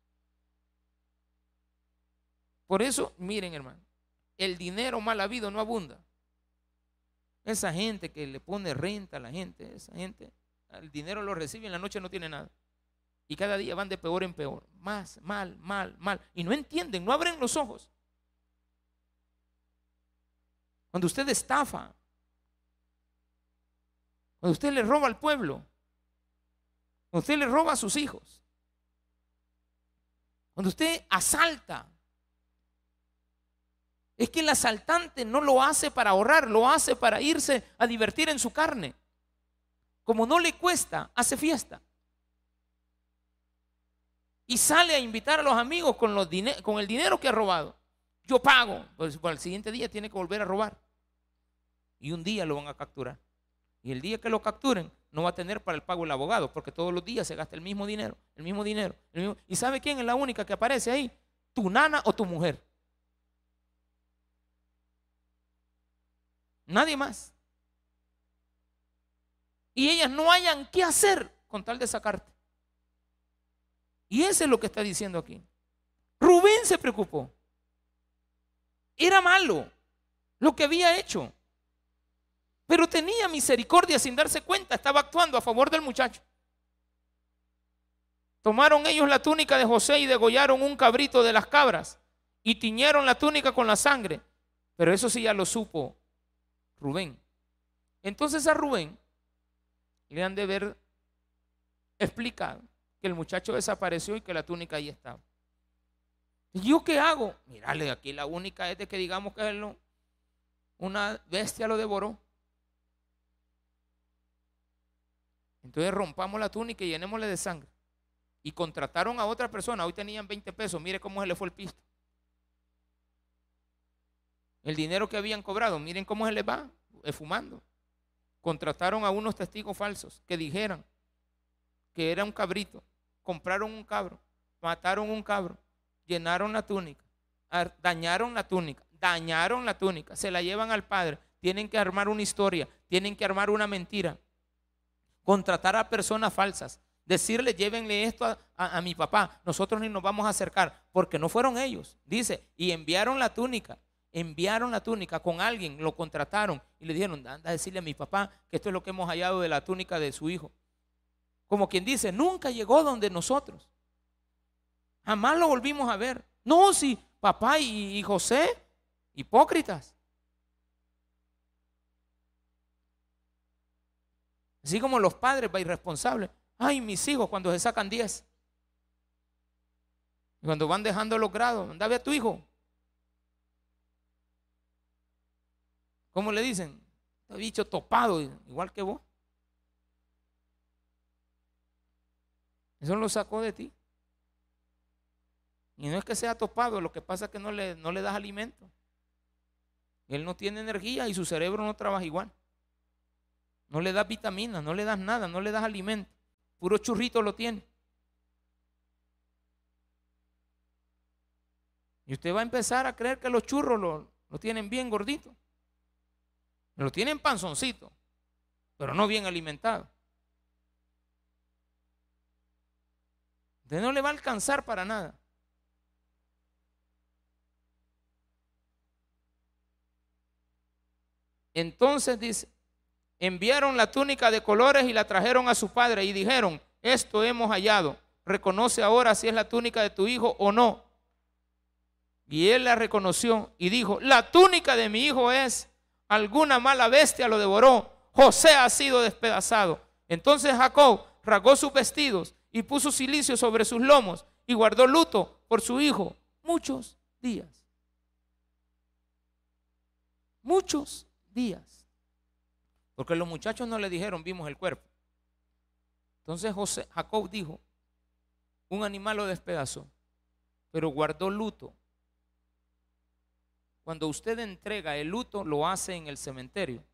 Por eso, miren, hermano, el dinero mal habido no abunda. Esa gente que le pone renta a la gente, esa gente, el dinero lo recibe y en la noche no tiene nada. Y cada día van de peor en peor, más, mal, mal, mal. Y no entienden, no abren los ojos. Cuando usted estafa, cuando usted le roba al pueblo, cuando usted le roba a sus hijos, cuando usted asalta, es que el asaltante no lo hace para ahorrar, lo hace para irse a divertir en su carne. Como no le cuesta, hace fiesta. Y sale a invitar a los amigos con, los con el dinero que ha robado. Yo pago, pues al siguiente día tiene que volver a robar. Y un día lo van a capturar. Y el día que lo capturen, no va a tener para el pago el abogado, porque todos los días se gasta el mismo dinero, el mismo dinero. El mismo. ¿Y sabe quién es la única que aparece ahí? Tu nana o tu mujer. Nadie más. Y ellas no hayan qué hacer con tal de sacarte. Y eso es lo que está diciendo aquí. Rubén se preocupó. Era malo lo que había hecho, pero tenía misericordia sin darse cuenta. Estaba actuando a favor del muchacho. Tomaron ellos la túnica de José y degollaron un cabrito de las cabras y tiñeron la túnica con la sangre. Pero eso sí ya lo supo Rubén. Entonces a Rubén le han de haber explicado que el muchacho desapareció y que la túnica ahí estaba. ¿Y yo qué hago? Mírale, aquí la única es de que digamos que él, una bestia lo devoró. Entonces rompamos la túnica y llenémosle de sangre. Y contrataron a otra persona. Hoy tenían veinte pesos. Mire cómo se le fue el pisto. El dinero que habían cobrado, miren cómo se les va, fumando. Contrataron a unos testigos falsos que dijeran que era un cabrito. Compraron un cabro, mataron un cabro, llenaron la túnica, dañaron la túnica, dañaron la túnica, se la llevan al padre. Tienen que armar una historia, tienen que armar una mentira, contratar a personas falsas, decirle llévenle esto a, a, a mi papá, nosotros ni nos vamos a acercar, porque no fueron ellos. Dice, y enviaron la túnica, enviaron la túnica con alguien, lo contrataron y le dijeron, anda a decirle a mi papá que esto es lo que hemos hallado de la túnica de su hijo. Como quien dice, nunca llegó donde nosotros, jamás lo volvimos a ver. No, si papá y, y José, hipócritas. Así como los padres, va, irresponsables. Ay, mis hijos cuando se sacan diez. Y cuando van dejando los grados, anda a ver a tu hijo. ¿Cómo le dicen? Está bicho topado, igual que vos. Eso lo sacó de ti. Y no es que sea topado, lo que pasa es que no le, no le das alimento. Él no tiene energía y su cerebro no trabaja igual. No le das vitaminas, no le das nada, no le das alimento. Puro churrito lo tiene. Y usted va a empezar a creer que los churros lo, lo tienen bien gordito. Lo tienen panzoncito, pero no bien alimentado. Usted no le va a alcanzar para nada. Entonces dice, enviaron la túnica de colores y la trajeron a su padre y dijeron, esto hemos hallado, reconoce ahora si es la túnica de tu hijo o no. Y él la reconoció y dijo, la túnica de mi hijo es, alguna mala bestia lo devoró, José ha sido despedazado. Entonces Jacob rasgó sus vestidos y puso cilicio sobre sus lomos y guardó luto por su hijo muchos días. Muchos días. Porque los muchachos no le dijeron, vimos el cuerpo. Entonces José, Jacob dijo, un animal lo despedazó, pero guardó luto. Cuando usted entrega el luto, lo hace en el cementerio.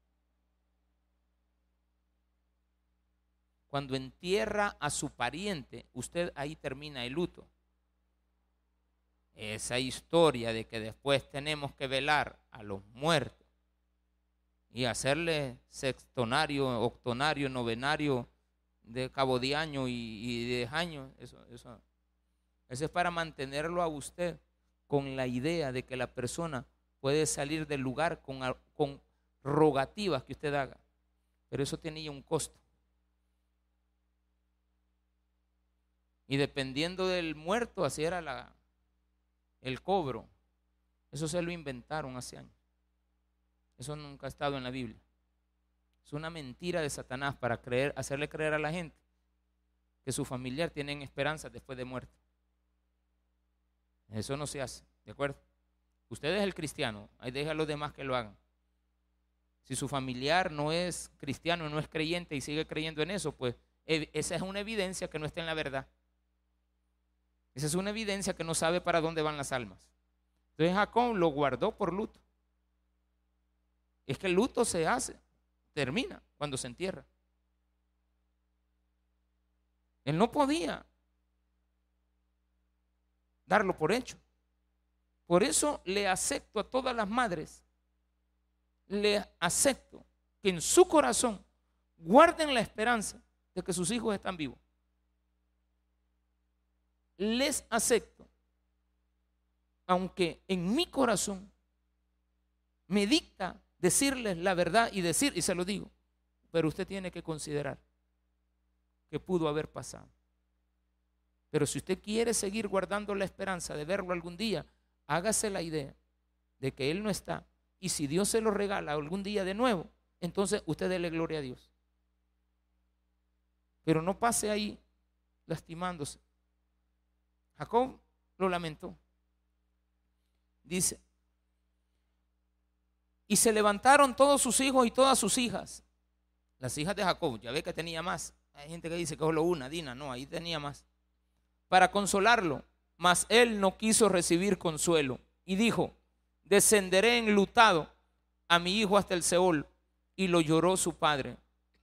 Cuando entierra a su pariente, usted ahí termina el luto. Esa historia de que después tenemos que velar a los muertos y hacerle sextonario, octonario, novenario de cabo de año y, y de año, eso, eso, eso es para mantenerlo a usted con la idea de que la persona puede salir del lugar con, con rogativas que usted haga, pero eso tenía un costo. Y dependiendo del muerto, así era la, el cobro. Eso se lo inventaron hace años. Eso nunca ha estado en la Biblia. Es una mentira de Satanás para creer, hacerle creer a la gente que su familiar tiene esperanza después de muerto. Eso no se hace, ¿de acuerdo? Usted es el cristiano, ahí deja a los demás que lo hagan. Si su familiar no es cristiano, no es creyente y sigue creyendo en eso, pues esa es una evidencia que no está en la verdad. Esa es una evidencia que no sabe para dónde van las almas. Entonces Jacob lo guardó por luto. Es que el luto se hace, termina cuando se entierra. Él no podía darlo por hecho. Por eso le acepto a todas las madres, le acepto que en su corazón guarden la esperanza de que sus hijos están vivos. Les acepto, aunque en mi corazón me dicta decirles la verdad y decir, y se lo digo, pero usted tiene que considerar que pudo haber pasado. Pero si usted quiere seguir guardando la esperanza de verlo algún día, hágase la idea de que él no está, y si Dios se lo regala algún día de nuevo, entonces usted dele gloria a Dios. Pero no pase ahí lastimándose. Jacob lo lamentó. Dice, y se levantaron todos sus hijos y todas sus hijas. Las hijas de Jacob, ya ve que tenía más. Hay gente que dice que solo una, Dina, no, ahí tenía más. Para consolarlo, mas él no quiso recibir consuelo y dijo, descenderé enlutado a mi hijo hasta el Seol, y lo lloró su padre.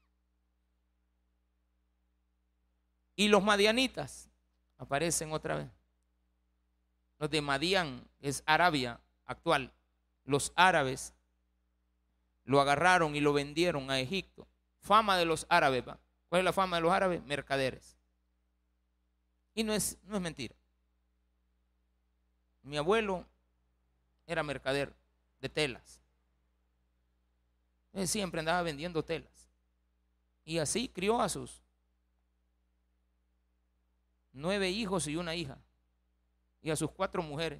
Y los madianitas aparecen otra vez. Los de Madián es Arabia actual. Los árabes lo agarraron y lo vendieron a Egipto. Fama de los árabes, ¿va? ¿Cuál es la fama de los árabes? Mercaderes. Y no es, no es mentira. Mi abuelo era mercader de telas. Él siempre andaba vendiendo telas. Y así crió a sus nueve hijos y una hija. y a sus cuatro mujeres.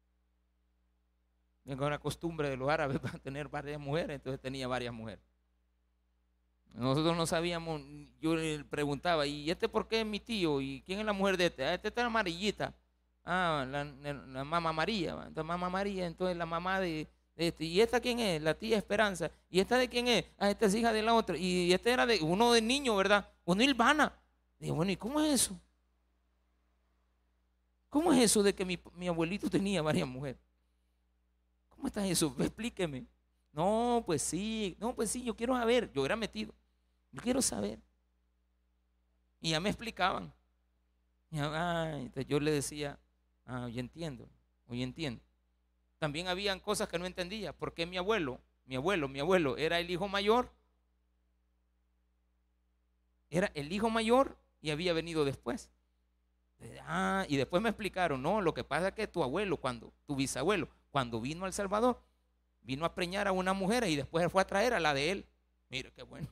Es una costumbre de los árabes para tener varias mujeres, entonces tenía varias mujeres. Nosotros no sabíamos, yo le preguntaba, ¿y este por qué es mi tío? ¿Y quién es la mujer de este? Ah, esta está amarillita. Ah, la, la mamá María, entonces mamá María, entonces la mamá de, de este. ¿Y esta quién es? La tía Esperanza. ¿Y esta de quién es? Ah, esta es hija de la otra. Y este era de uno de niño, ¿verdad? Uno Ilvana. Digo, bueno, ¿y cómo es eso? ¿Cómo es eso de que mi, mi abuelito tenía varias mujeres? ¿Cómo está eso? Explíqueme. No, pues sí, no, pues sí, yo quiero saber. Yo era metido. Yo quiero saber. Y ya me explicaban. Y ya, ah, entonces yo le decía, ah, hoy entiendo, hoy entiendo. También habían cosas que no entendía. ¿Por qué mi abuelo, mi abuelo, mi abuelo era el hijo mayor? Era el hijo mayor y había venido después. Ah, y después me explicaron, no, lo que pasa es que tu abuelo, cuando, tu bisabuelo, cuando vino a El Salvador, vino a preñar a una mujer y después fue a traer a la de él. Mire qué bueno.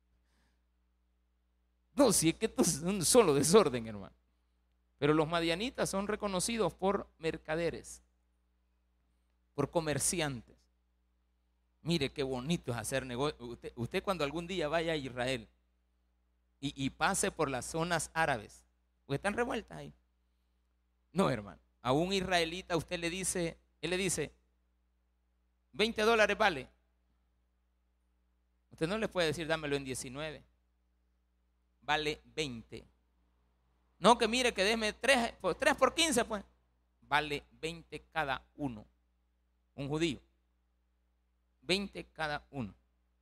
No, si es que esto es un solo desorden, hermano. Pero los madianitas son reconocidos por mercaderes, por comerciantes. Mire qué bonito es hacer negocio. Usted, usted cuando algún día vaya a Israel y, y pase por las zonas árabes, porque están revueltas ahí. No, hermano. A un israelita usted le dice, él le dice, veinte dólares vale. Usted no le puede decir, dámelo en diecinueve. Vale veinte. No, que mire, que déme tres, tres por quince, pues. Vale veinte cada uno. Un judío. veinte cada uno.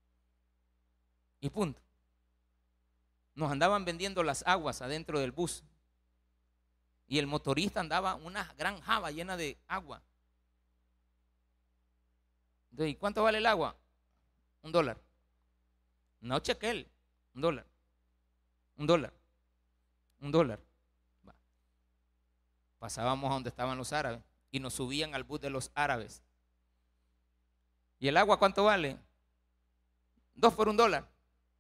Y punto. Nos andaban vendiendo las aguas adentro del bus. Y el motorista andaba una gran java llena de agua. Entonces, ¿y cuánto vale el agua? Un dólar. No chequel, un dólar. Un dólar. Un dólar. Va. Pasábamos a donde estaban los árabes y nos subían al bus de los árabes. ¿Y el agua cuánto vale? Dos por un dólar.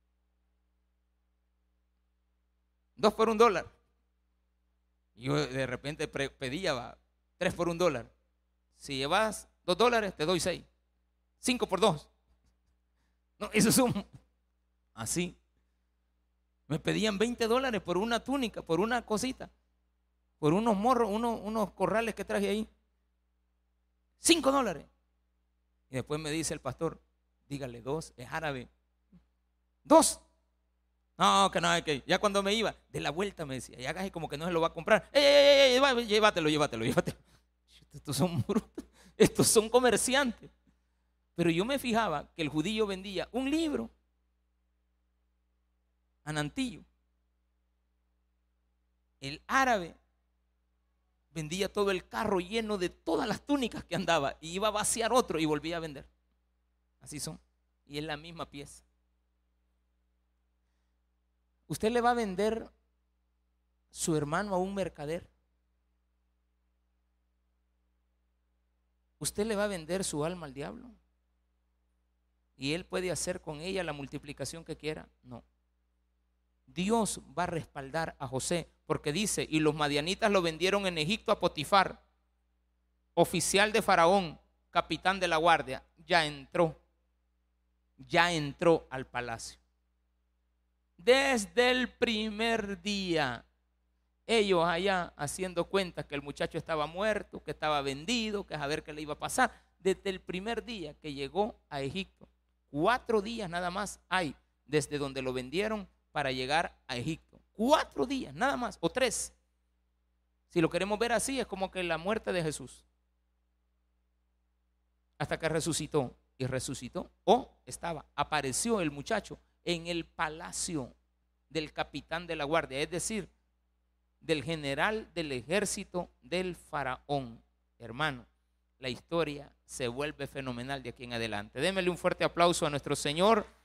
Dos por un dólar. Yo de repente pedía va, tres por un dólar. Si llevas dos dólares, te doy seis. Cinco por dos. No, eso es un... Así. Me pedían veinte dólares por una túnica, por una cosita. Por unos morros, unos, unos corrales que traje ahí. Cinco dólares. Y después me dice el pastor, dígale dos, es árabe. Dos. No, que no, que ya cuando me iba, de la vuelta me decía, ya casi como que no se lo va a comprar. ¡Ey, ey, ey, ey, llévatelo, llévatelo, llévatelo! Estos son brutos, estos son comerciantes. Pero yo me fijaba que el judío vendía un libro, Anantillo. El árabe vendía todo el carro lleno de todas las túnicas que andaba y iba a vaciar otro y volvía a vender. Así son. Y es la misma pieza. ¿Usted le va a vender su hermano a un mercader? ¿Usted le va a vender su alma al diablo? ¿Y él puede hacer con ella la multiplicación que quiera? No. Dios va a respaldar a José, porque dice, y los madianitas lo vendieron en Egipto a Potifar, oficial de Faraón, capitán de la guardia. Ya entró, ya entró al palacio. Desde el primer día, ellos allá haciendo cuentas que el muchacho estaba muerto, que estaba vendido, que a ver qué le iba a pasar. Desde el primer día que llegó a Egipto, cuatro días nada más hay desde donde lo vendieron para llegar a Egipto. Cuatro días nada más, o tres. Si lo queremos ver así, es como que la muerte de Jesús. Hasta que resucitó, y resucitó, o estaba, apareció el muchacho en el palacio del capitán de la guardia, es decir, del general del ejército del faraón. Hermano, la historia se vuelve fenomenal de aquí en adelante. Démele un fuerte aplauso a nuestro Señor.